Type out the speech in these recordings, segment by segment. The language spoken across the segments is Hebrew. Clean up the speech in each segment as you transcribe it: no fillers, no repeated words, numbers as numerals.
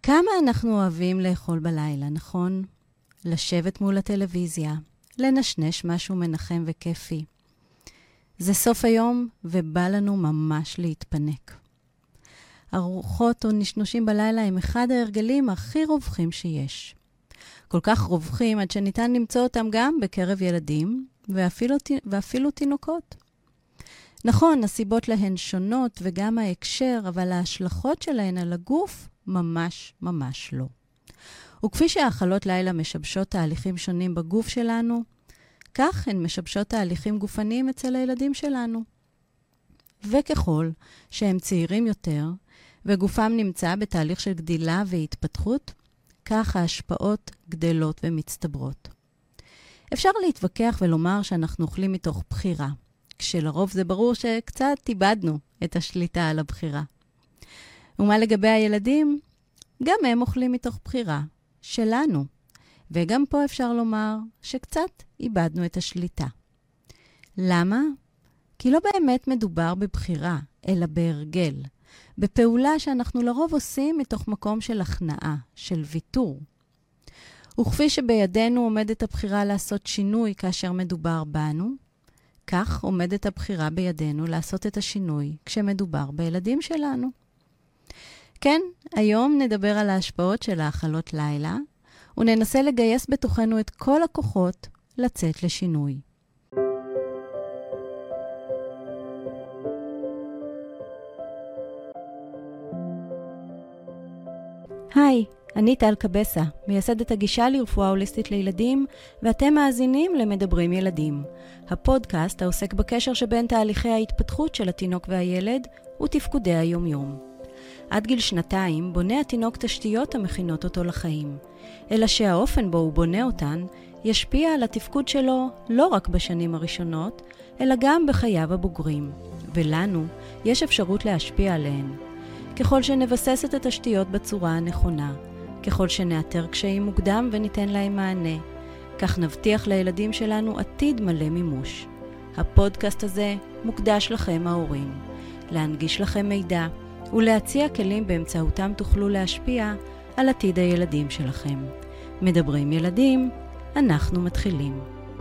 כמה אנחנו אוהבים לאכול בלילה, נכון? לשבת מול הטלוויזיה, לנשנש משהו מנחם וכיפי. זה סוף היום ובא לנו ממש להתפנק. ארוחות או נשנושים בלילה הם אחד ההרגלים הכי רווחים שיש. כל כך רווחים עד שניתן למצוא אותם גם בקרב ילדים ואפילו תינוקות. נכון, הסיבות להן שונות וגם ההקשר, אבל ההשלכות שלהן על הגוף ממש ממש לא. וכפי שהאכלות לילה משבשות תהליכים שונים בגוף שלנו, כך הן משבשות תהליכים גופניים אצל הילדים שלנו. וככל שהם צעירים יותר, וגופם נמצא בתהליך של גדילה והתפתחות, כך ההשפעות גדלות ומצטברות. אפשר להתווכח ולומר שאנחנו אוכלים מתוך בחירה, כשלרוב זה ברור שקצת איבדנו את השליטה על הבחירה. ומה לגבי הילדים? גם הם אוכלים מתוך בחירה שלנו, וגם פה אפשר לומר שקצת איבדנו את השליטה. למה? כי לא באמת מדובר בבחירה, אלא בהרגל, בפעולה שאנחנו לרוב עושים מתוך מקום של הכנעה, של ויתור. וכפי שבידינו עומדת הבחירה לעשות שינוי כאשר מדובר בנו, כך עומדת הבחירה בידינו לעשות את השינוי כשמדובר בילדים שלנו. כן, היום נדבר על ההשפעות של האכלות לילה, וננסה לגייס בתוכנו את כל הכוחות לצאת לשינוי. היי, אני טל קבסה, מייסדת הגישה לרפואה הוליסטית לילדים, ואתם מאזינים למדברים ילדים, הפודקאסט העוסק בקשר שבין תהליכי ההתפתחות של התינוק והילד ותפקודי היומיום. עד גיל 2 בונה התינוק תשתיות המכינות אותו לחיים, אלא שהאופן בו הוא בונה אותן ישפיע על התפקוד שלו לא רק בשנים הראשונות, אלא גם בחייו הבוגרים, ולנו יש אפשרות להשפיע עליהן. ככל שנבסס את התשתיות בצורה הנכונה, ככל שנאתר קשיים מוקדם וניתן להם מענה, כך נבטיח לילדים שלנו עתיד מלא מימוש. הפודקאסט הזה מוקדש לכם ההורים, להנגיש לכם מידע ולהציע כלים באמצעותם תוכלו להשפיע על עתיד הילדים שלכם. מדברים ילדים, אנחנו מתחילים.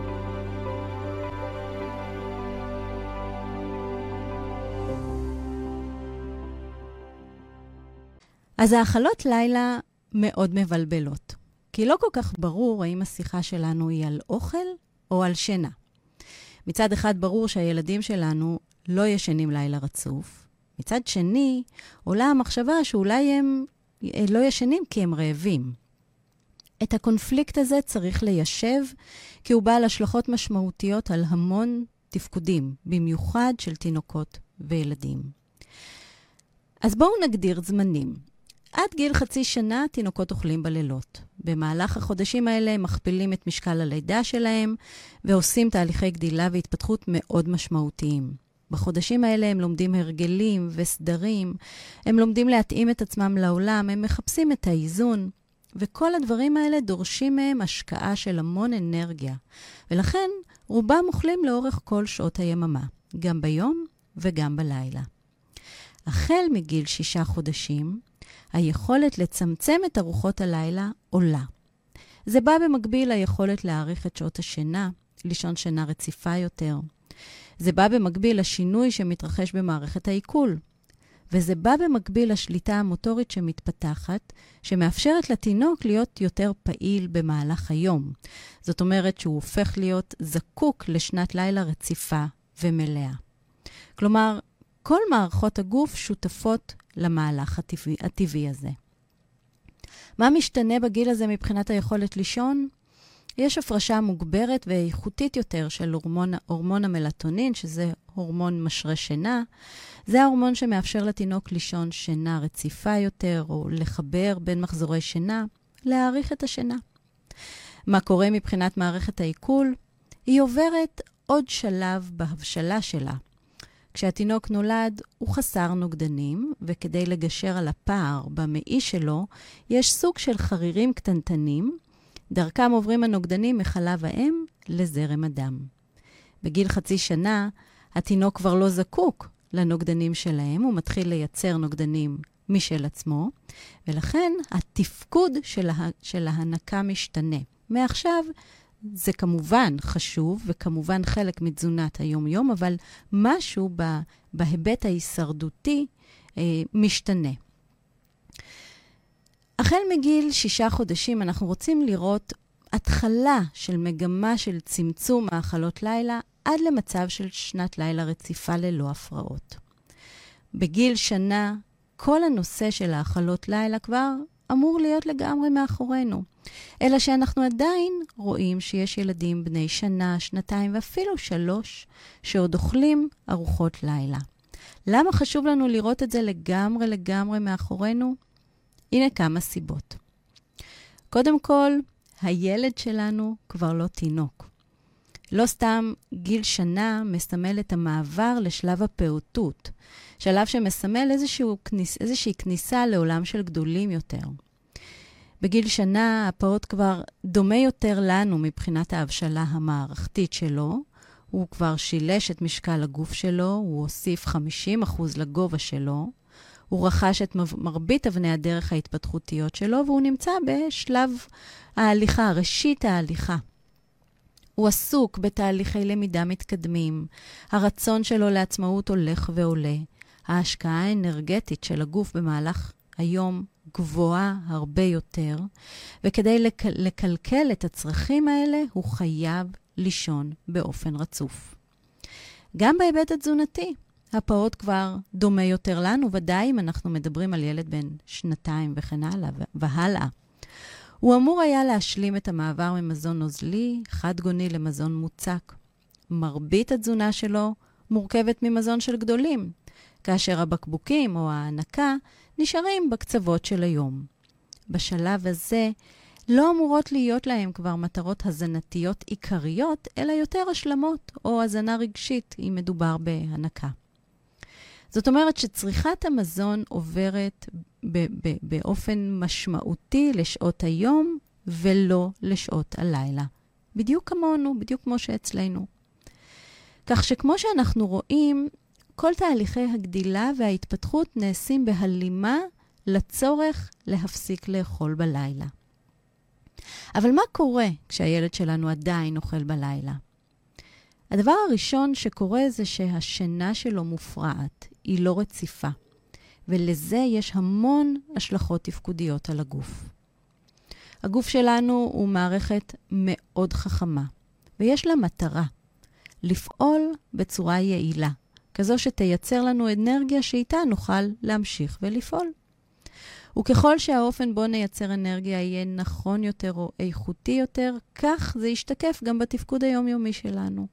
אז האכלות לילה מאוד מבלבלות, כי לא כל כך ברור האם השיחה שלנו היא על אוכל או על שינה. מצד אחד ברור שהילדים שלנו לא ישנים לילה רצוף, מצד שני עולה המחשבה שאולי הם לא ישנים כי הם רעבים. את הקונפליקט הזה צריך ליישב, כי הוא בעל השלכות משמעותיות על המון תפקודים, במיוחד של תינוקות וילדים. אז בואו נגדיר זמנים. עד גיל 0.5 שנה תינוקות אוכלים בלילות. במהלך החודשים האלה הם מכפילים את משקל הלידה שלהם, ועושים תהליכי גדילה והתפתחות מאוד משמעותיים. בחודשים האלה הם לומדים הרגלים וסדרים, הם לומדים להתאים את עצמם לעולם, הם מחפשים את האיזון, וכל הדברים האלה דורשים מהם השקעה של המון אנרגיה. ולכן רובם אוכלים לאורך כל שעות היממה, גם ביום וגם בלילה. החל מגיל 6 חודשים, היכולת לצמצם את ארוחות הלילה עולה. זה בא במקביל ליכולת להאריך את שעות השינה, לישון שינה רציפה יותר. זה בא במקביל לשינוי שמתרחש במערכת העיכול. וזה בא במקביל לשליטה המוטורית שמתפתחת, שמאפשרת לתינוק להיות יותר פעיל במהלך היום. זאת אומרת שהוא הופך להיות זקוק לשנת לילה רציפה ומלאה. כלומר, כל מערכות הגוף שותפות למהלך הטבעי הזה. מה משתנה בגיל הזה מבחינת היכולת לישון? יש הפרשה מוגברת ואיכותית יותר של הורמון המלטונין, שזה הורמון משרה שינה. זה ההורמון שמאפשר לתינוק לישון שינה רציפה יותר, או לחבר בין מחזורי שינה, להאריך את השינה. מה קורה מבחינת מערכת העיכול? היא עוברת עוד שלב בהבשלה שלה. כשהתינוק נולד הוא חסר נוגדנים, וכדי לגשר על הפער במעי שלו, יש סוג של חרירים קטנטנים, דרכם עוברים הנוגדנים מחלב האם לזרם הדם. בגיל 0.5 שנה, התינוק כבר לא זקוק לנוגדנים שלהם, הוא מתחיל לייצר נוגדנים משל עצמו, ולכן התפקוד של ההנקה משתנה. מעכשיו זה כמובן חשוב, וכמובן חלק מתזונת היום-יום, אבל משהו בהיבט ההישרדותי משתנה. החל מגיל 6 חודשים אנחנו רוצים לראות התחלה של מגמה של צמצום האכלות לילה, עד למצב של שנת לילה רציפה ללא הפרעות. בגיל שנה, כל הנושא של האכלות לילה כבר אמור להיות לגמרי מאחורינו. אלא שאנחנו עדיין רואים שיש ילדים בני שנה, שנתיים ואפילו 3 שעוד אוכלים ארוחות לילה. למה חשוב לנו לראות את זה לגמרי מאחורינו? הנה כמה סיבות. קודם כל, הילד שלנו כבר לא תינוק. לא סתם גיל שנה מסמל את המעבר לשלב הפעוטות, שלב שמסמל איזושהי כניסה לעולם של גדולים יותר. בגיל שנה הפעוט כבר דומה יותר לנו מבחינת ההבשלה המערכתית שלו, הוא כבר שילש את משקל הגוף שלו, הוא הוסיף 50% לגובה שלו, הוא רכש את מרבית אבני הדרך ההתפתחותיות שלו, והוא נמצא בשלב ההליכה, ראשית ההליכה. הוא עסוק בתהליכי למידה מתקדמים, הרצון שלו לעצמאות הולך ועולה, ההשקעה האנרגטית של הגוף במהלך היום גבוהה הרבה יותר, וכדי לקלקל את הצרכים האלה הוא חייב לישון באופן רצוף. גם בהיבט התזונתי, הפעוט כבר דומה יותר לנו, ודאי אם אנחנו מדברים על ילד בן 2 וכן הלאה והלאה. הוא אמור היה להשלים את המעבר ממזון נוזלי, חד גוני למזון מוצק. מרבית התזונה שלו מורכבת ממזון של גדולים, כאשר הבקבוקים או ההנקה נשארים בקצוות של היום. בשלב הזה לא אמורות להיות להם כבר מטרות הזנתיות עיקריות, אלא יותר השלמות או הזנה רגשית אם מדובר בהנקה. זאת אומרת שצריכת המזון עוברת באופן משמעותי לשעות היום ולא לשעות הלילה. בדיוק כמונו, בדיוק כמו שאצלנו. כך שכמו שאנחנו רואים, כל תהליכי הגדילה וההתפתחות נעשים בהלימה לצורך להפסיק לאכול בלילה. אבל מה קורה כשהילד שלנו עדיין אוכל בלילה? הדבר הראשון שקורה זה שהשינה שלו מופרעת, היא לא רציפה, ולזה יש המון השלכות תפקודיות על הגוף. הגוף שלנו הוא מערכת מאוד חכמה, ויש לה מטרה, לפעול בצורה יעילה, כזו שתייצר לנו אנרגיה שאיתה נוכל להמשיך ולפעול. וככל שהאופן בו נייצר אנרגיה יהיה נכון יותר או איכותי יותר, כך זה ישתקף גם בתפקוד היומיומי שלנו.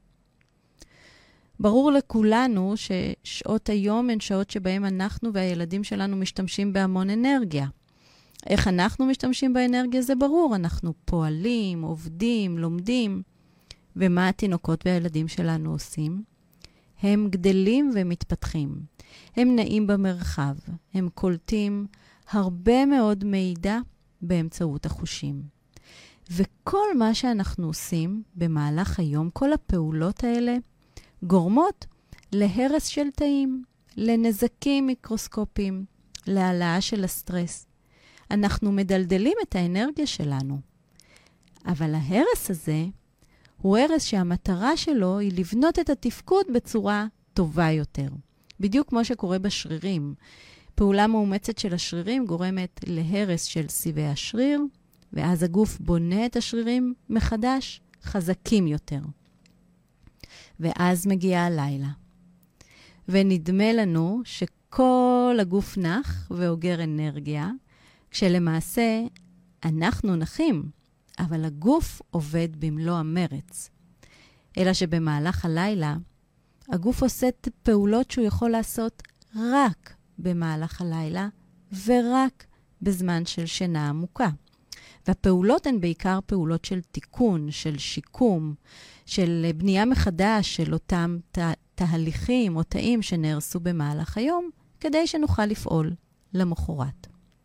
ברור לכולנו ששעות היום הן שעות שבהן אנחנו והילדים שלנו משתמשים בהמון אנרגיה. איך אנחנו משתמשים באנרגיה זה ברור, אנחנו פועלים, עובדים, לומדים. ומה התינוקות והילדים שלנו עושים? הם גדלים ומתפתחים. הם נעים במרחב, הם קולטים הרבה מאוד מידע באמצעות החושים. וכל מה שאנחנו עושים במהלך היום, כל הפעולות האלה, גורמות להרס של תאים, לנזקים מיקרוסקופיים, להעלאה של הסטרס. אנחנו מדלדלים את האנרגיה שלנו. אבל ההרס הזה הוא הרס שהמטרה שלו היא לבנות את התפקוד בצורה טובה יותר. בדיוק כמו שקורה בשרירים. פעולה מאומצת של השרירים גורמת להרס של סיבי השריר, ואז הגוף בונה את השרירים מחדש חזקים יותר. ואז מגיע הלילה. ונדמה לנו שכל הגוף נח ואוגר אנרגיה, כשלמעשה אנחנו נחים, אבל הגוף עובד במלוא המרץ. אלא שבמהלך הלילה, הגוף עושה פעולות שהוא יכול לעשות רק במהלך הלילה, ורק בזמן של שינה עמוקה. והפעולות הן בעיקר פעולות של תיקון, של שיקום, של בנייה מחדש של אותם תהליכים או תאים שנהרסו במהלך היום, כדי שנוכל לפעול למחרת.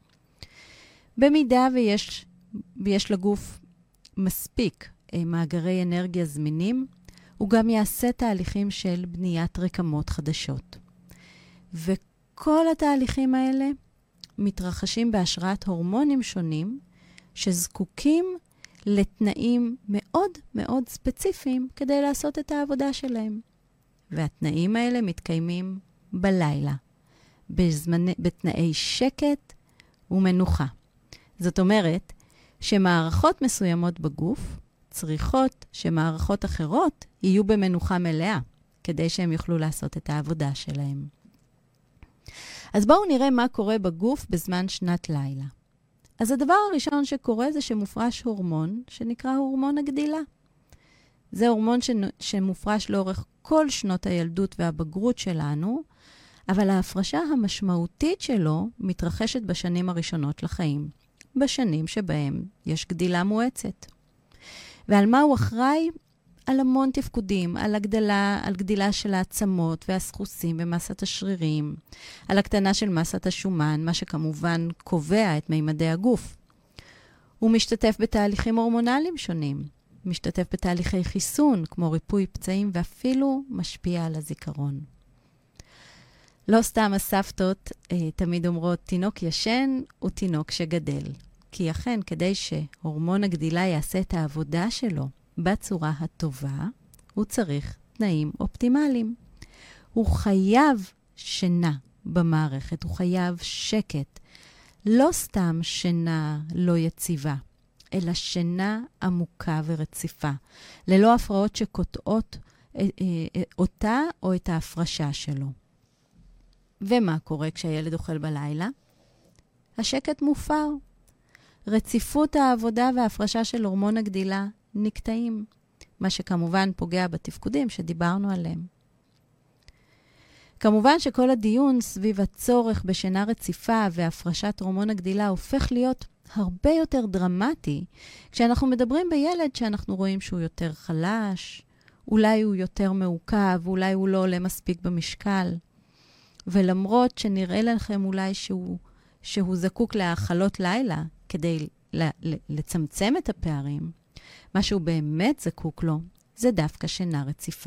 במידה ויש לגוף מספיק מאגרי אנרגיה זמינים, הוא גם יעשה תהליכים של בניית רקמות חדשות. וכל התהליכים האלה מתרחשים בהשראת הורמונים שונים שזקוקים לתנאים מאוד מאוד ספציפיים כדי לעשות את העבודה שלהם. והתנאים האלה מתקיימים בלילה, בתנאי שקט ומנוחה. זאת אומרת שמערכות מסוימות בגוף צריכות שמערכות אחרות יהיו במנוחה מלאה, כדי שהם יוכלו לעשות את העבודה שלהם. אז בואו נראה מה קורה בגוף בזמן שנת לילה. אז הדבר הראשון שקורה זה שמופרש הורמון שנקרא הורמון הגדילה. זה הורמון שמופרש לאורך כל שנות הילדות והבגרות שלנו, אבל ההפרשה המשמעותית שלו מתרחשת בשנים הראשונות לחיים, בשנים שבהם יש גדילה מואצת. ועל מה הוא אחראי? על המון תפקודים, על גדילה של העצמות והסחוסים ומסת השרירים, על הקטנה של מסת השומן, מה שכמובן קובע את מימדי הגוף. הוא משתתף בתהליכים הורמונליים שונים, משתתף בתהליכי חיסון, כמו ריפוי פצעים, ואפילו משפיע על הזיכרון. לא סתם הסבתות תמיד אומרות, תינוק ישן הוא תינוק שגדל. כי אכן, כדי שהורמון הגדילה יעשה את העבודה שלו בצורה הטובה, הוא צריך תנאים אופטימליים. הוא חייב שינה במערכת, הוא חייב שקט. לא סתם שינה לא יציבה, אלא שינה עמוקה ורציפה, ללא הפרעות שקוטעות אותה או את ההפרשה שלו. ומה קורה כשהילד אוכל בלילה? השקט מופר. רציפות העבודה וההפרשה של הורמון הגדילה נקטעים, מה שכמובן פוגע בתפקודים שדיברנו עליהם. כמובן שכל הדיון סביב הצורך בשינה רציפה והפרשת הורמון הגדילה הופך להיות הרבה יותר דרמטי, כשאנחנו מדברים בילד שאנחנו רואים שהוא יותר חלש, אולי הוא יותר מעוכב, אולי הוא לא עולה מספיק במשקל. ולמרות שנראה לכם אולי שהוא זקוק להאכלות לילה כדי לצמצם את הפערים, מה שהוא באמת זקוק לו זה דווקא שינה רציפה.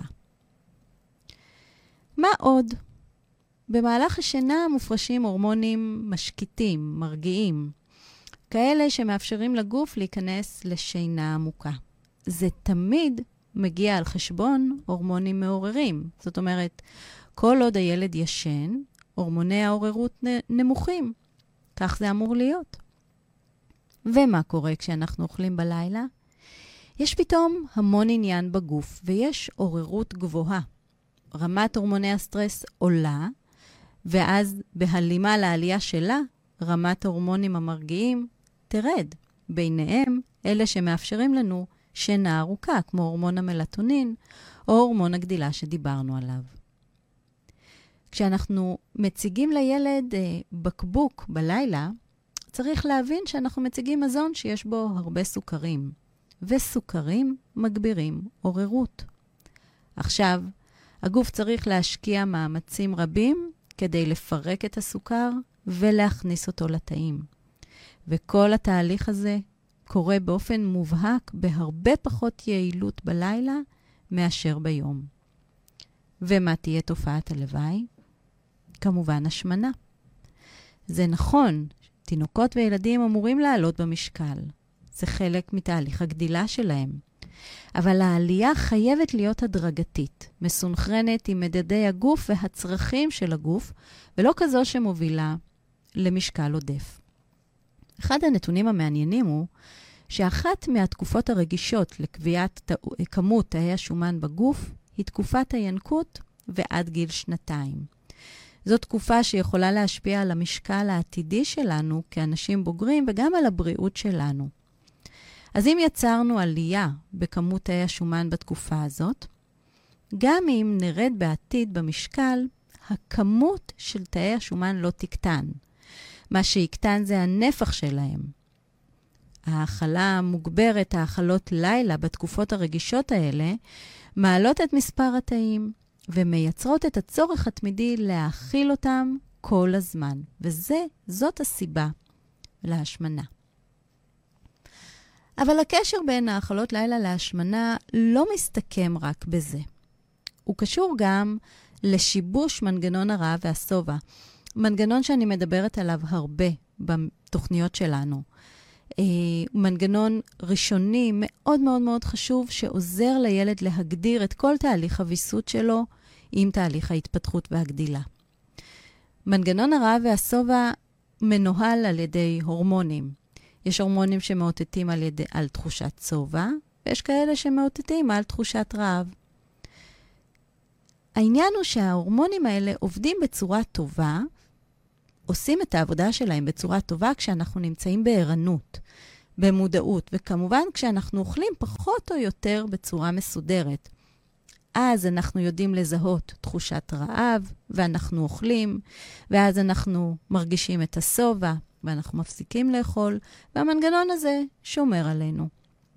מה עוד? במהלך השינה מופרשים הורמונים משקיטים, מרגיעים, כאלה שמאפשרים לגוף להיכנס לשינה עמוקה. זה תמיד מגיע על חשבון הורמונים מעוררים. זאת אומרת, כל עוד הילד ישן, הורמוני העוררות נמוכים. כך זה אמור להיות. ומה קורה כשאנחנו אוכלים בלילה? יש פתאום המון עניין בגוף, ויש עוררות גבוהה. רמת הורמוני הסטרס עולה, ואז בהלימה לעלייה שלה, רמת ההורמונים המרגיעים תרד. ביניהם, אלה שמאפשרים לנו שינה ארוכה, כמו הורמון המלטונין, או הורמון הגדילה שדיברנו עליו. כשאנחנו מציגים לילד בקבוק בלילה, צריך להבין שאנחנו מציגים מזון שיש בו הרבה סוכרים, וסוכרים מגבירים עוררות. עכשיו, הגוף צריך להשקיע מאמצים רבים כדי לפרק את הסוכר ולהכניס אותו לתאים. וכל התהליך הזה קורה באופן מובהק בהרבה פחות יעילות בלילה מאשר ביום. ומה תהיה תופעת הלוואי? כמובן השמנה. זה נכון, תינוקות וילדים אמורים לעלות במשקל. זה חלק מתהליך הגדילה שלהם. אבל העלייה חייבת להיות הדרגתית, מסונכרנת עם מדדי הגוף והצרכים של הגוף, ולא כזו שמובילה למשקל עודף. אחד הנתונים המעניינים הוא שאחת מהתקופות הרגישות לקביעת כמות תאי השומן בגוף היא תקופת הינקות ועד גיל 2. זו תקופה שיכולה להשפיע על המשקל העתידי שלנו כאנשים בוגרים וגם על הבריאות שלנו. אז אם יצרנו עלייה בכמות תאי השומן בתקופה הזאת, גם אם נרד בעתיד במשקל, הכמות של תאי השומן לא תקטן. מה שיקטן זה הנפח שלהם. האכלה מוגברת, האכלות לילה בתקופות הרגישות האלה, מעלות את מספר התאים ומייצרות את הצורך התמידי להאכיל אותם כל הזמן. וזאת הסיבה להשמנה. אבל הקשר בין האכלות לילה להשמנה לא מסתכם רק בזה. הוא קשור גם לשיבוש מנגנון הרעב והשובע. מנגנון שאני מדברת עליו הרבה בתוכניות שלנו. מנגנון ראשוני מאוד מאוד מאוד חשוב שעוזר לילד להגדיר את כל תהליך הוויסות שלו עם תהליך ההתפתחות והגדילה. מנגנון הרעב והשובע מנוהל על ידי הורמונים. יש הורמונים שמאותתים על תחושת שובע, ויש כאלה שמאותתים על תחושת רעב. העניין הוא שההורמונים האלה עובדים בצורה טובה, עושים את העבודה שלהם בצורה טובה כשאנחנו נמצאים בערנות, במודעות, וכמובן כשאנחנו אוכלים פחות או יותר בצורה מסודרת. אז אנחנו יודעים לזהות תחושת רעב, ואנחנו אוכלים, ואז אנחנו מרגישים את השובע, ואנחנו מפסיקים לאכול, והמנגנון הזה שומר עלינו.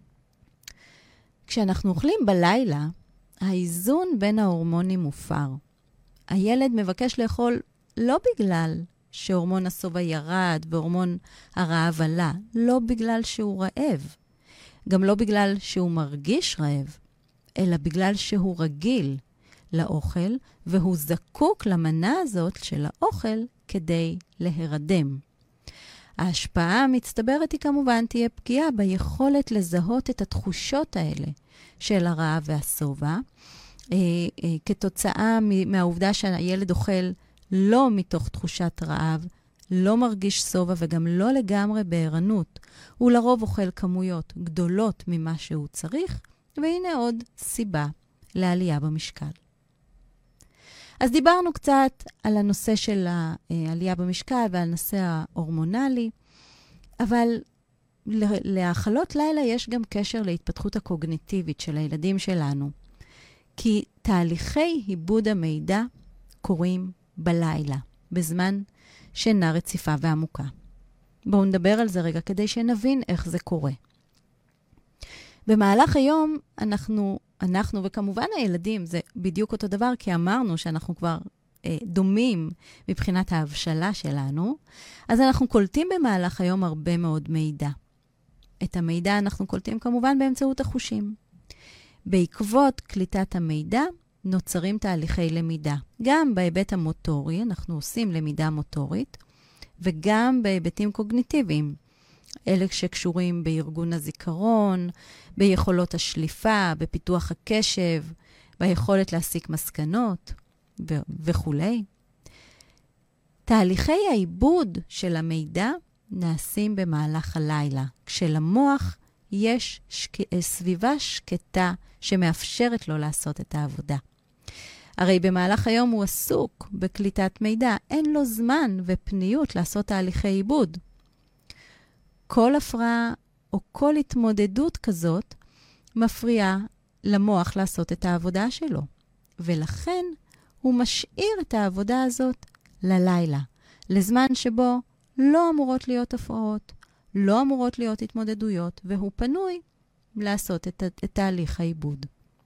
כשאנחנו אוכלים בלילה, האיזון בין ההורמונים מופר. הילד מבקש לאכול לא בגלל שהורמון השובע ירד והורמון הרעב עלה, לא בגלל שהוא רעב, גם לא בגלל שהוא מרגיש רעב, אלא בגלל שהוא רגיל לאוכל, והוא זקוק למנה הזאת של האוכל כדי להירדם. ההשפעה המצטברת היא כמובן תהיה פגיעה ביכולת לזהות את התחושות האלה של הרעב והשובע, כתוצאה מהעובדה שהילד אוכל לא מתוך תחושת רעב, לא מרגיש שובע וגם לא לגמרי בערנות. הוא לרוב אוכל כמויות גדולות ממה שהוא צריך, והנה עוד סיבה לעלייה במשקל. אז דיברנו קצת על הנושא של העלייה במשקל ועל הנושא ההורמונלי, אבל להאכלות לילה יש גם קשר להתפתחות הקוגניטיבית של הילדים שלנו, כי תהליכי עיבוד המידע קורים בלילה, בזמן שינה רציפה ועמוקה. בואו נדבר על זה רגע כדי שנבין איך זה קורה. במהלך היום אנחנו וכמובן הילדים, זה בדיוק אותו דבר, כי אמרנו שאנחנו כבר דומים מבחינת ההבשלה שלנו, אז אנחנו קולטים במהלך היום הרבה מאוד מידע. את המידע אנחנו קולטים כמובן באמצעות החושים. בעקבות קליטת המידע נוצרים תהליכי למידה. גם בהיבט המוטורי, אנחנו עושים למידה מוטורית, וגם בהיבטים קוגניטיביים. אלה שקשורים בארגון הזיכרון, ביכולות השליפה, בפיתוח הקשב, ביכולת להסיק מסקנות וכו'. תהליכי העיבוד של המידע נעשים במהלך הלילה, כשלמוח יש סביבה שקטה שמאפשרת לו לעשות את העבודה. הרי במהלך היום הוא עסוק בקליטת מידע, אין לו זמן ופניות לעשות תהליכי עיבוד. כל הפרעה או כל התמודדות כזאת מפריעה למוח לעשות את העבודה שלו. ולכן הוא משאיר את העבודה הזאת ללילה, לזמן שבו לא אמורות להיות הפרעות, לא אמורות להיות התמודדויות, והוא פנוי לעשות את תהליך העיבוד.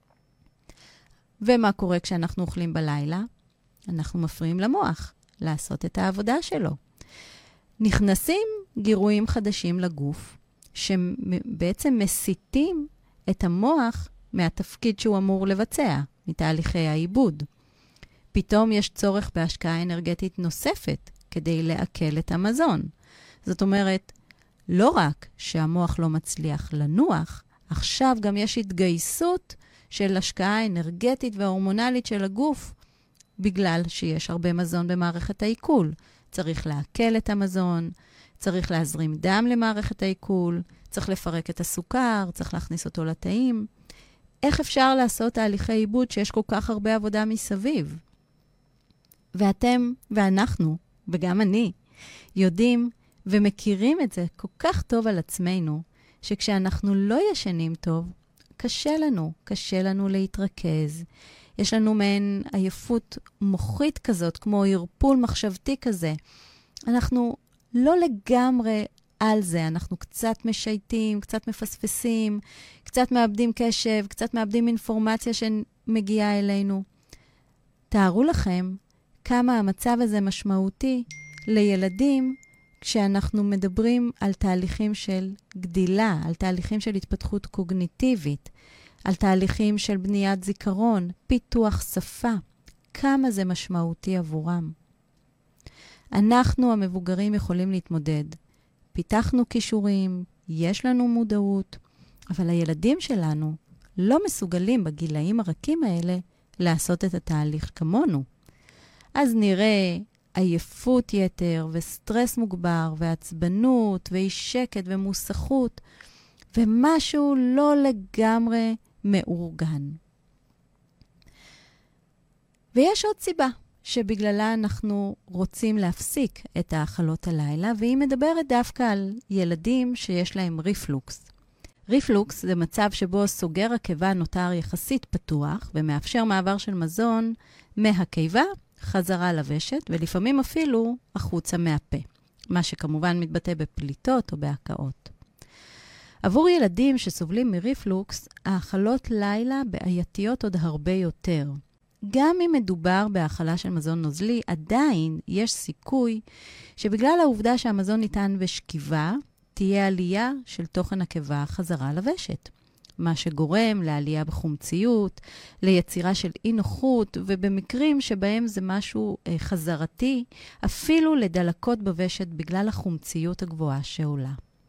ומה קורה כשאנחנו אוכלים בלילה? אנחנו מפריעים למוח לעשות את העבודה שלו. נכנסים גירויים חדשים לגוף, שבעצם מסיטים את המוח מהתפקיד שהוא אמור לבצע, מתהליכי העיבוד. פתאום יש צורך בהשקעה אנרגטית נוספת כדי לעכל את המזון. זאת אומרת, לא רק שהמוח לא מצליח לנוח, עכשיו גם יש התגייסות של השקעה אנרגטית וההורמונלית של הגוף, בגלל שיש הרבה מזון במערכת העיכול. צריך לעכל את המזון, צריך להזרים דם למערכת העיכול, צריך לפרק את הסוכר, צריך להכניס אותו לתאים. איך אפשר לעשות תהליכי עיבוד שיש כל כך הרבה עבודה מסביב? ואתם ואנחנו, וגם אני, יודעים ומכירים את זה כל כך טוב על עצמנו, שכשאנחנו לא ישנים טוב, קשה לנו להתרכז. יש לנו מעין עייפות מוחית כזאת, כמו ערפול מחשבתי כזה. אנחנו לא לגמרי על זה, אנחנו קצת משייטים, קצת מפספסים, קצת מאבדים קשב, קצת מאבדים אינפורמציה שמגיעה אלינו. תארו לכם כמה המצב הזה משמעותי לילדים כשאנחנו מדברים על תהליכים של גדילה, על תהליכים של התפתחות קוגניטיבית, על תהליכים של בניית זיכרון, פיתוח שפה, כמה זה משמעותי עבורם. אנחנו המבוגרים יכולים להתמודד. פיתחנו כישורים, יש לנו מודעות, אבל הילדים שלנו לא מסוגלים בגילאים הרכים האלה לעשות את התהליך כמונו. אז נראה עייפות יתר וסטרס מוגבר ועצבנות ואי שקט ומוסכות ומשהו לא לגמרי מאורגן. ויש עוד סיבה שבגללה אנחנו רוצים להפסיק את האכלות הלילה, והיא מדברת דווקא על ילדים שיש להם ריפלוקס. ריפלוקס זה מצב שבו סוגר הקיבה נותר יחסית פתוח ומאפשר מעבר של מזון מהקיבה חזרה לוושת, ולפעמים אפילו החוצה מהפה, מה שכמובן מתבטא בפליטות או בהקאות. עבור ילדים שסובלים מריפלוקס, האכלות לילה בעייתיות עוד הרבה יותר. גם אם מדובר בהאכלה של מזון נוזלי, עדיין יש סיכוי שבגלל העובדה שהמזון ניתן בשכיבה, תהיה עלייה של תוכן הקיבה חזרה לוושת. מה שגורם לעלייה בחומציות, ליצירה של אי נוחות, ובמקרים שבהם זה משהו חזרתי, אפילו לדלקות בוושת בגלל החומציות הגבוהה שעולה.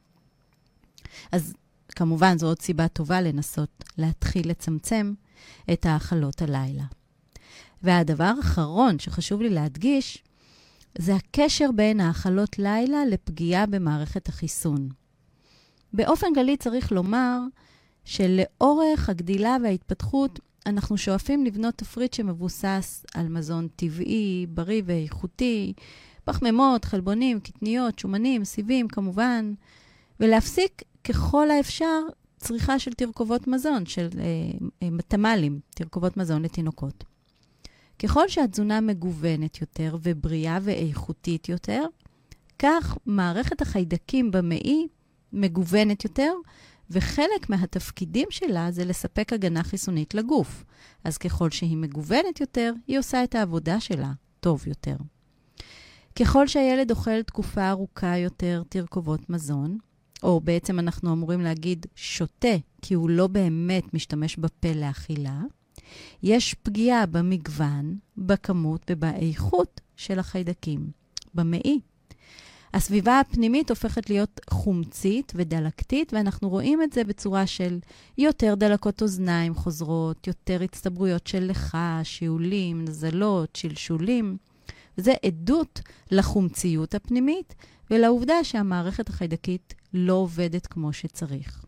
אז כמובן זו עוד סיבה טובה לנסות להתחיל לצמצם את האכלות הלילה. והדבר האחרון שחשוב לי להדגיש, זה הקשר בין האכלות לילה לפגיעה במערכת החיסון. באופן כללי צריך לומר שלאורך הגדילה וההתפתחות, אנחנו שואפים לבנות תפריט שמבוסס על מזון טבעי, בריא ואיכותי, פחמימות, חלבונים, קטניות, שומנים, סיבים כמובן, ולהפסיק ככל האפשר צריכה של תרכובות מזון, של תמ"לים, תרכובות מזון לתינוקות. ככל שהתזונה מגוונת יותר ובריאה ואיכותית יותר, כך מערכת החיידקים במעי מגוונת יותר, וחלק מהתפקידים שלה זה לספק הגנה חיסונית לגוף. אז ככל שהיא מגוונת יותר, היא עושה את העבודה שלה טוב יותר. ככל שהילד אוכל תקופה ארוכה יותר תרכובות מזון, או בעצם אנחנו אמורים להגיד שותה, כי הוא לא באמת משתמש בפה לאכילה, יש פגיעה במגוון, בכמות ובאיכות של החיידקים, במעי. הסביבה הפנימית הופכת להיות חומצית ודלקתית, ואנחנו רואים את זה בצורה של יותר דלקות אוזניים חוזרות, יותר הצטברויות של לחה, שיעולים, נזלות, שלשולים. וזה עדות לחומציות הפנימית, ולעובדה שהמערכת החיידקית לא עובדת כמו שצריך.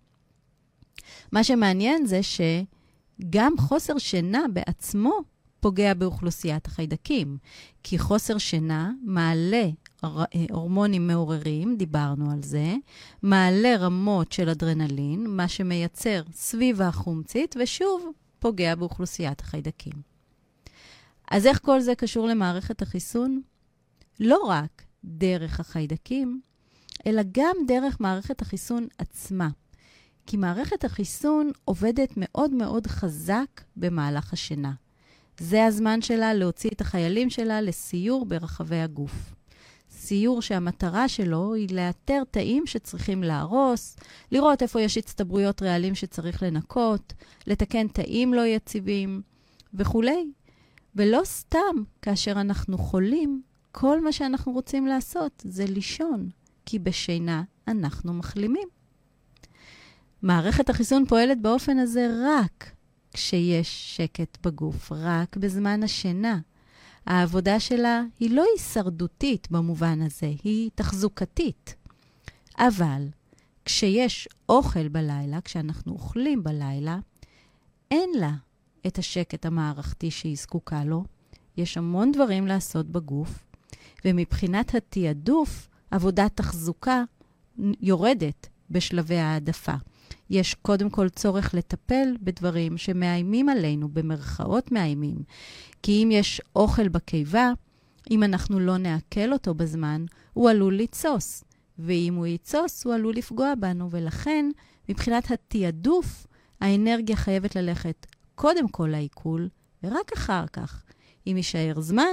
מה שמעניין זה שגם חוסר שינה בעצמו פוגע באוכלוסיית החיידקים, כי חוסר שינה מעלה הורמונים מעוררים, דיברנו על זה, מעלה רמות של אדרנלין, מה שמייצר סביבה חומצית, ושוב פוגע באוכלוסיית החיידקים. אז איך כל זה קשור למערכת החיסון? לא רק דרך החיידקים, אלא גם דרך מערכת החיסון עצמה. כי מערכת החיסון עובדת מאוד מאוד חזק במהלך השינה. זה הזמן שלה להוציא את החיילים שלה לסיור ברחבי הגוף. סיור שהמטרה שלו היא לאתר תאים שצריכים להרוס, לראות איפה יש הצטברויות רעלים שצריך לנקות, לתקן תאים לא יציבים וכו'. ולא סתם כאשר אנחנו חולים, כל מה שאנחנו רוצים לעשות זה לישון, כי בשינה אנחנו מחלימים. מערכת החיסון פועלת באופן הזה רק כשיש שקט בגוף, רק בזמן השינה. העבודה שלה היא לא הישרדותית במובן הזה, היא תחזוקתית. אבל כשיש אוכל בלילה, כשאנחנו אוכלים בלילה, אין לה את השקט המערכתי שהיא זקוקה לו. יש המון דברים לעשות בגוף, ומבחינת התיעדוף, עבודת תחזוקה יורדת בשלבי העדפה. יש קודם כל צורך לטפל בדברים שמאיימים עלינו, במרכאות מאיימים. כי אם יש אוכל בקיבה, אם אנחנו לא נעכל אותו בזמן, הוא עלול לצוס. ואם הוא יצוס, הוא עלול לפגוע בנו. ולכן, מבחינת התיעדוף, האנרגיה חייבת ללכת קודם כל לעיכול, ורק אחר כך, אם יישאר זמן,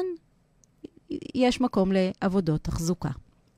יש מקום לעבודות תחזוקה.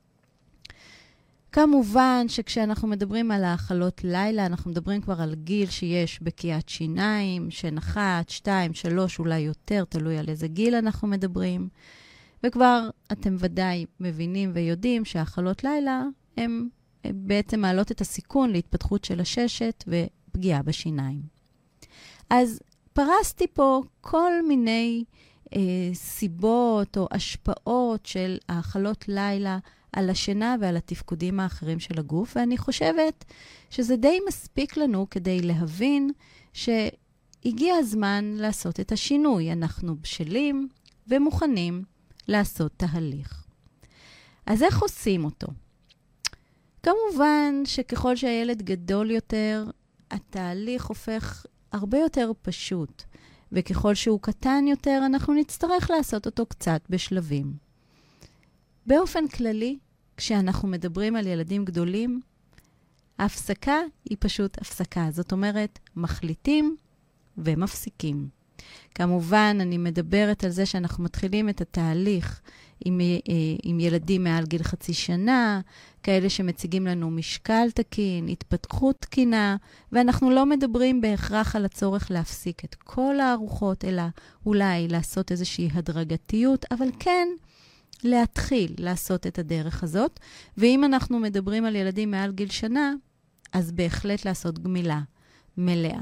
כמובן שכשאנחנו מדברים על האכלות לילה, אנחנו מדברים כבר על גיל שיש בקיעת שיניים, שן 1, 2, 3, אולי יותר, תלוי על איזה גיל אנחנו מדברים. וכבר אתם ודאי מבינים ויודעים שהאכלות לילה הם בעצם מעלות את הסיכון להתפתחות של הששת ופגיעה בשיניים. אז פרסתי פה כל מיני סיבות או השפעות של האכלות לילה על השינה ועל התפקודים האחרים של הגוף, ואני חושבת שזה די מספיק לנו כדי להבין שהגיע הזמן לעשות את השינוי. אנחנו בשלים ומוכנים לעשות תהליך. אז איך עושים אותו? כמובן שככל שהילד גדול יותר, התהליך הופך הרבה יותר פשוט, וככל שהוא קטן יותר, אנחנו נצטרך לעשות אותו קצת בשלבים. באופן כללי, כשאנחנו מדברים על ילדים גדולים, ההפסקה היא פשוט הפסקה. זאת אומרת, מחליטים ומפסיקים. כמובן, אני מדברת על זה שאנחנו מתחילים את התהליך עם ילדים מעל גיל חצי שנה, כאלה שמציגים לנו משקל תקין, התפתחות תקינה, ואנחנו לא מדברים בהכרח על הצורך להפסיק את כל הארוחות, אלא אולי לעשות איזושהי הדרגתיות, אבל כן להתחיל לעשות את הדרך הזאת. ואם אנחנו מדברים על ילדים מעל גיל שנה, אז בהחלט לעשות גמילה מלאה.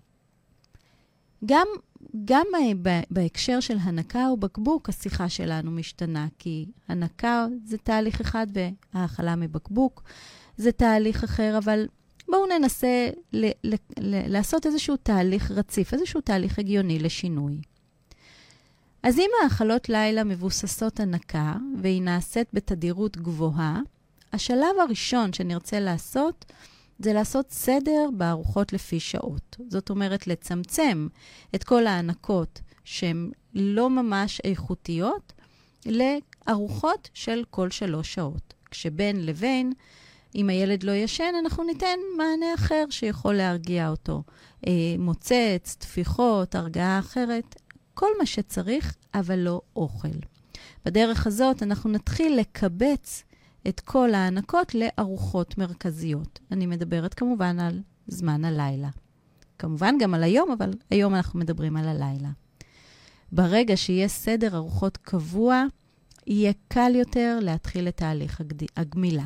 גם בהקשר של הנקה או בקבוק, השיחה שלנו משתנה, כי הנקה זה תהליך אחד והאכלה מבקבוק זה תהליך אחר, אבל בואו ננסה לעשות איזשהו תהליך רציף, איזשהו תהליך הגיוני לשינוי. אז אם האכלות לילה מבוססות הנקה והיא נעשית בתדירות גבוהה, השלב הראשון שנרצה לעשות זה לעשות סדר בארוחות לפי שעות. זאת אומרת, לצמצם את כל ההנקות שהן לא ממש איכותיות לארוחות של כל 3 שעות. כשבין לבין, אם הילד לא ישן, אנחנו ניתן מענה אחר שיכול להרגיע אותו. מוצץ, תפיחות, הרגעה אחרת, כל מה שצריך, אבל לא אוכל. בדרך הזאת אנחנו נתחיל לקבץ את כל ההנקות לארוחות מרכזיות. אני מדברת כמובן על זמן הלילה. כמובן גם על היום, אבל היום אנחנו מדברים על הלילה. ברגע שיהיה סדר ארוחות קבוע, יהיה קל יותר להתחיל את תהליך הגמילה.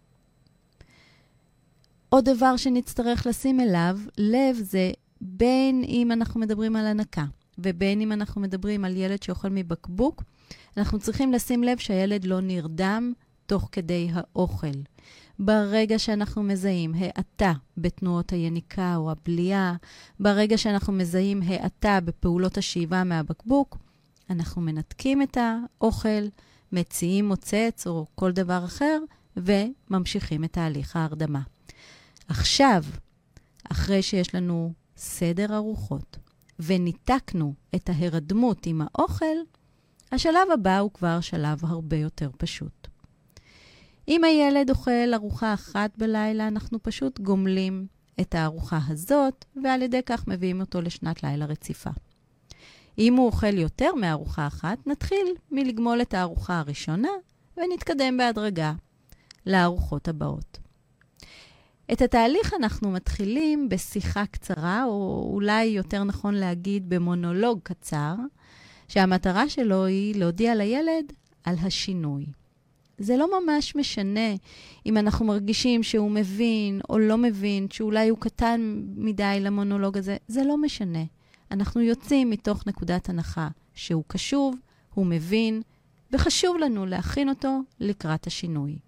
עוד דבר שנצטרך לשים אליו לב זה בין אם אנחנו מדברים על הנקה, ובין אם אנחנו מדברים על ילד שאוכל מבקבוק, אנחנו צריכים לשים לב שהילד לא נרדם תוך כדי האוכל. ברגע שאנחנו מזהים האטה בתנועות היניקה או הבליעה, ברגע שאנחנו מזהים האטה בפעולות השאיבה מהבקבוק, אנחנו מנתקים את האוכל, מציעים מוצץ או כל דבר אחר, וממשיכים את תהליך ההרדמה. עכשיו, אחרי שיש לנו סדר ארוחות, וניתקנו את ההרדמות עם האוכל, השלב הבא הוא כבר שלב הרבה יותר פשוט. אם הילד אוכל ארוחה אחת בלילה, אנחנו פשוט גומלים את הארוחה הזאת, ועל ידי כך מביאים אותו לשנת לילה רציפה. אם הוא אוכל יותר מארוחה אחת, נתחיל מלגמול את הארוחה הראשונה, ונתקדם בהדרגה לארוחות הבאות. את התהליך אנחנו מתחילים בשיחה קצרה, או אולי יותר נכון להגיד במונולוג קצר, שהמטרה שלו היא להודיע לילד על השינוי. זה לא ממש משנה אם אנחנו מרגישים שהוא מבין או לא מבין, שאולי הוא קטן מדי למונולוג הזה, זה לא משנה. אנחנו יוצאים מתוך נקודת הנחה שהוא קשוב, הוא מבין, וחשוב לנו להכין אותו לקראת השינוי.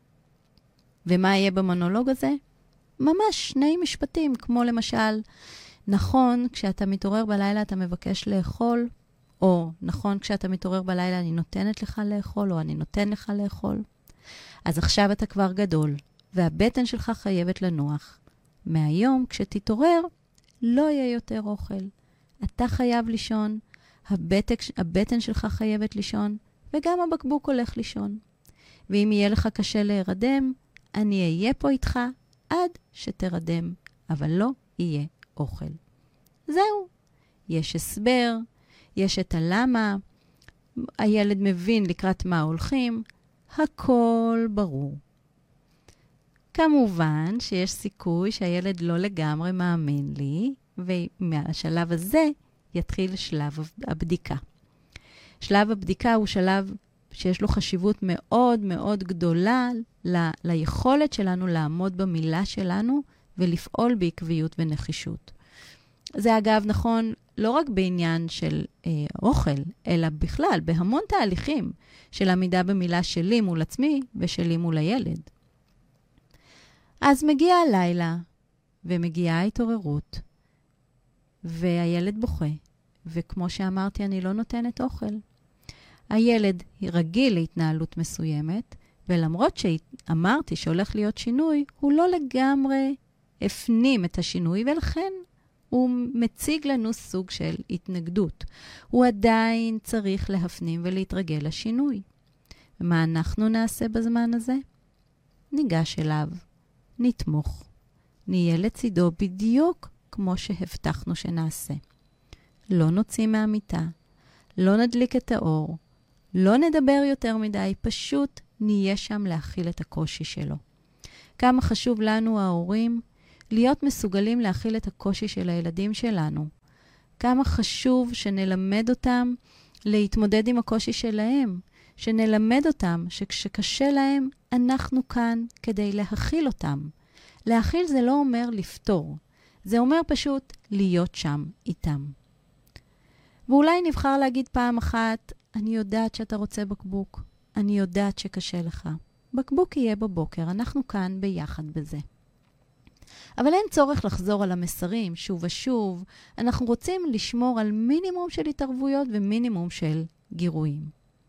ומה יהיה במונולוג הזה? ממש 2 משפטים, כמו למשל, נכון, כשאתה מתעורר בלילה אתה מבקש לאכול, או נכון, כשאתה מתעורר בלילה אני נותנת לך לאכול, או אני נותן לך לאכול. אז עכשיו אתה כבר גדול, והבטן שלך חייבת לנוח. מהיום, כשתתעורר, לא יהיה יותר אוכל. אתה חייב לישון, הבטן שלך חייבת לישון, וגם הבקבוק הולך לישון. ואם יהיה לך קשה להירדם, אני אהיה פה איתך עד שתרדם, אבל לא יהיה אוכל. זהו. יש הסבר, יש את הלמה, הילד מבין לקראת מה הולכים, הכל ברור. כמובן שיש סיכוי שהילד לא לגמרי מאמין לי, ומהשלב הזה יתחיל שלב הבדיקה. שלב הבדיקה הוא שלב שיש לו חשיבות מאוד מאוד גדולה ליכולת שלנו לעמוד במילה שלנו ולפעול בעקביות ונחישות. זה אגב נכון לא רק בעניין של אוכל, אלא בכלל, בהמון תהליכים של עמידה במילה שלי מול עצמי ושלי מול הילד. אז מגיע הלילה, ומגיעה ההתעוררות, והילד בוכה, וכמו שאמרתי, אני לא נותנת אוכל. הילד רגיל להתנהלות מסוימת, ולמרות שאמרתי שהולך להיות שינוי, הוא לא לגמרי הפנים את השינוי, ולכן הוא מציג לנו סוג של התנגדות. הוא עדיין צריך להפנים ולהתרגל לשינוי. ומה אנחנו נעשה בזמן הזה? ניגש אליו, נתמוך, נהיה לצידו בדיוק כמו שהבטחנו שנעשה. לא נוציא מהמיטה, לא נדליק את האור, לא נדבר יותר מדי, פשוט נהיה שם להכיל את הקושי שלו. כמה חשוב לנו ההורים להיות מסוגלים להכיל את הקושי של הילדים שלנו. כמה חשוב שנלמד אותם להתמודד עם הקושי שלהם, שנלמד אותם שכשקשה להם, אנחנו כאן כדי להכיל אותם. להכיל זה לא אומר לפתור, זה אומר פשוט להיות שם איתם. ואולי נבחר להגיד פעם אחת, אני יודעת שאתה רוצה בקבוק, אני יודעת שקשה לך. בקבוק יהיה בבוקר, אנחנו כאן ביחד בזה. אבל אין צורך לחזור על המסרים שוב ושוב, אנחנו רוצים לשמור על מינימום של התערבויות ומינימום של גירויים.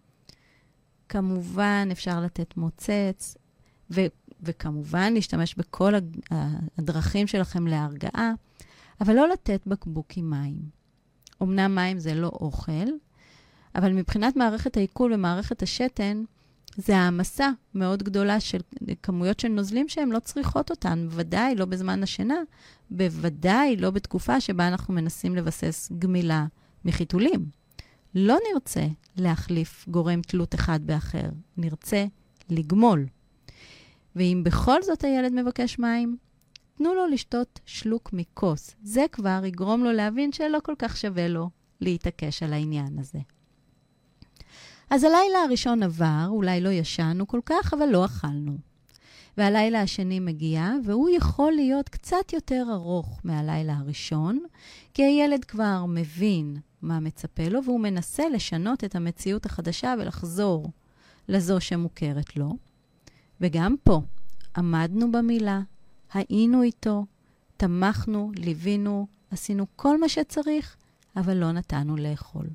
כמובן אפשר לתת מוצץ, וכמובן להשתמש בכל הדרכים שלכם להרגעה, אבל לא לתת בקבוק עם מים. אמנם מים זה לא אוכל, אבל מבחינת מערכת העיכול ומערכת השתן, זה העמסה מאוד גדולה של כמויות של נוזלים שהן לא צריכות אותן, בוודאי לא בזמן השינה, בוודאי לא בתקופה שבה אנחנו מנסים לבסס גמילה מחיתולים. לא נרצה להחליף גורם תלות אחד באחר, נרצה לגמול. ואם בכל זאת הילד מבקש מים, תנו לו לשתות שלוק מכוס. זה כבר יגרום לו להבין שלא כל כך שווה לו להתעקש על העניין הזה. אז הלילה הראשון עבר, אולי לא ישנו כל כך, אבל לא אכלנו. והלילה השני מגיע, והוא יכול להיות קצת יותר ארוך מהלילה הראשון, כי הילד כבר מבין מה מצפה לו, והוא מנסה לשנות את המציאות החדשה ולחזור לזו שמוכרת לו. וגם פה, עמדנו במילה, היינו איתו, תמכנו, ליווינו, עשינו כל מה שצריך, אבל לא נתנו לאכול.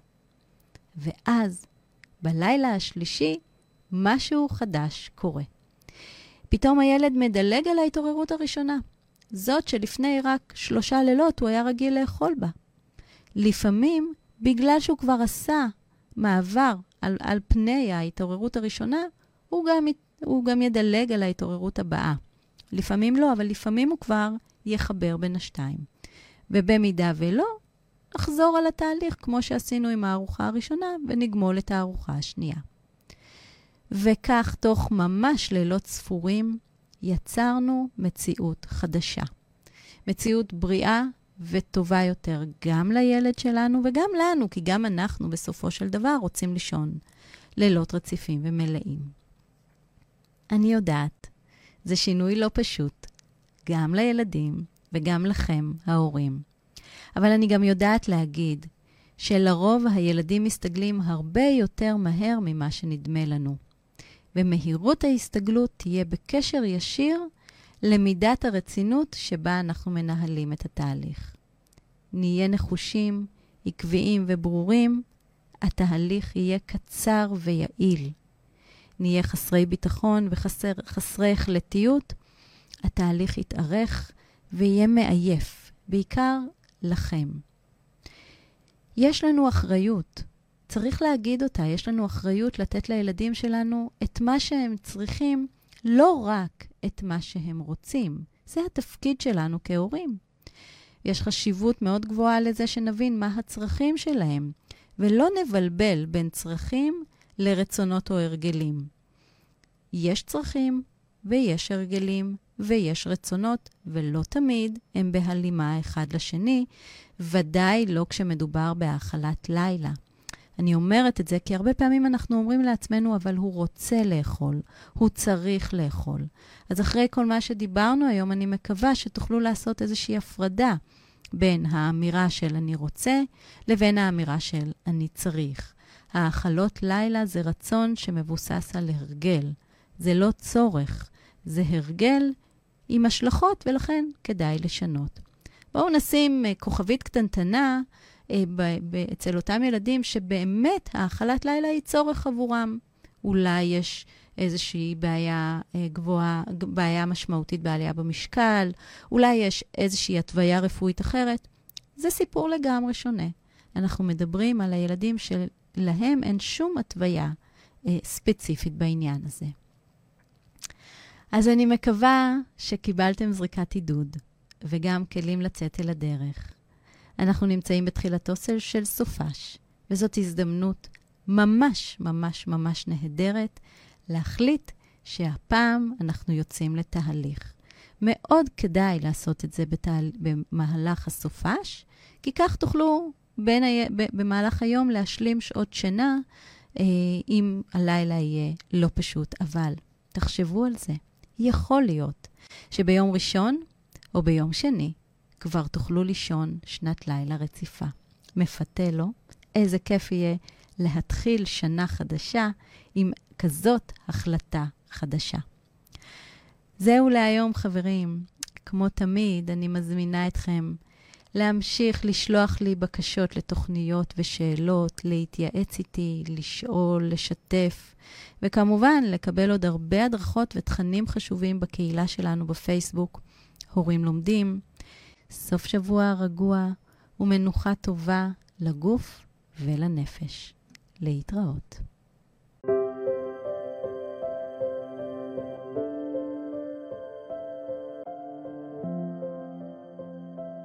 ואז, בלילה השלישי, משהו חדש קורה. פתאום הילד מדלג על ההתעוררות הראשונה. זאת שלפני רק 3 לילות הוא היה רגיל לאכול בה. לפעמים, בגלל שהוא כבר עשה מעבר על פני ההתעוררות הראשונה, הוא גם ידלג על ההתעוררות הבאה. לפעמים לא, אבל לפעמים הוא כבר יחבר בין השתיים. ובמידה ולא, נחזור על התהליך כמו שעשינו עם הארוחה הראשונה, ונגמול את הארוחה השנייה. וכך תוך ממש לילות ספורים, יצרנו מציאות חדשה. מציאות בריאה וטובה יותר גם לילד שלנו וגם לנו, כי גם אנחנו בסופו של דבר רוצים לישון לילות רציפים ומלאים. אני יודעת, זה שינוי לא פשוט, גם לילדים וגם לכם, ההורים. אבל אני גם יודעת להגיד שלרוב הילדים מסתגלים הרבה יותר מהר ממה שנדמה לנו. ומהירות ההסתגלות תהיה בקשר ישיר למידת הרצינות שבה אנחנו מנהלים את התהליך. נהיה נחושים, עקביים וברורים, התהליך יהיה קצר ויעיל. נהיה חסרי ביטחון וחסרי החלטיות, התהליך יתארך ויהיה מעייף, בעיקר לכם. יש לנו אחריות, צריך להגיד אותה, יש לנו אחריות לתת לילדים שלנו את מה שהם צריכים, לא רק את מה שהם רוצים. זה התפקיד שלנו כהורים. יש חשיבות מאוד גבוהה לזה שנבין מה הצרכים שלהם, ולא נבלבל בין צרכים לרצונות או הרגלים. יש צרכים ויש הרגלים ויש רצונות, ולא תמיד הם בהלימה אחד לשני, ודאי לא כשמדובר בהאכלת לילה. אני אומרת את זה כי הרבה פעמים אנחנו אומרים לעצמנו, אבל הוא רוצה לאכול, הוא צריך לאכול. אז אחרי כל מה שדיברנו היום, אני מקווה שתוכלו לעשות איזושהי הפרדה בין האמירה של אני רוצה, לבין האמירה של אני צריך. האכלות לילה זה רצון שמבוסס על הרגל. זה לא צורך, זה הרגל עם השלכות, ולכן כדאי לשנות. בואו נשים כוכבית קטנטנה אצל אותם ילדים שבאמת האכלת לילה היא צורך עבורם. אולי יש איזושהי בעיה גבוהה, בעיה משמעותית בעלייה במשקל, אולי יש איזושהי התוויה רפואית אחרת. זה סיפור לגמרי שונה. אנחנו מדברים על הילדים שלהם אין שום התוויה ספציפית בעניין הזה. אז אני מקווה שקיבלתם זריקת עידוד, וגם כלים לצאת אל הדרך. אנחנו נמצאים בתחילתו של סופש, וזאת הזדמנות ממש ממש ממש נהדרת להחליט שהפעם אנחנו יוצאים לתהליך. מאוד כדאי לעשות את זה במהלך הסופש, כי כך תוכלו במהלך היום להשלים שעות שינה, אם הלילה יהיה לא פשוט. אבל תחשבו על זה. יכול להיות שביום ראשון או ביום שני כבר תוכלו לישון שנת לילה רציפה. מפתה לו, איזה כיף יהיה להתחיל שנה חדשה עם כזאת החלטה חדשה. זהו להיום חברים. כמו תמיד אני מזמינה אתכם להמשיך לשלוח לי בקשות לתוכניות ושאלות, להתייעץ איתי, לשאול, לשתף, וכמובן לקבל עוד הרבה הדרכות ותכנים חשובים בקהילה שלנו בפייסבוק, הורים לומדים. סוף שבוע רגוע ומנוחה טובה לגוף ולנפש. להתראות.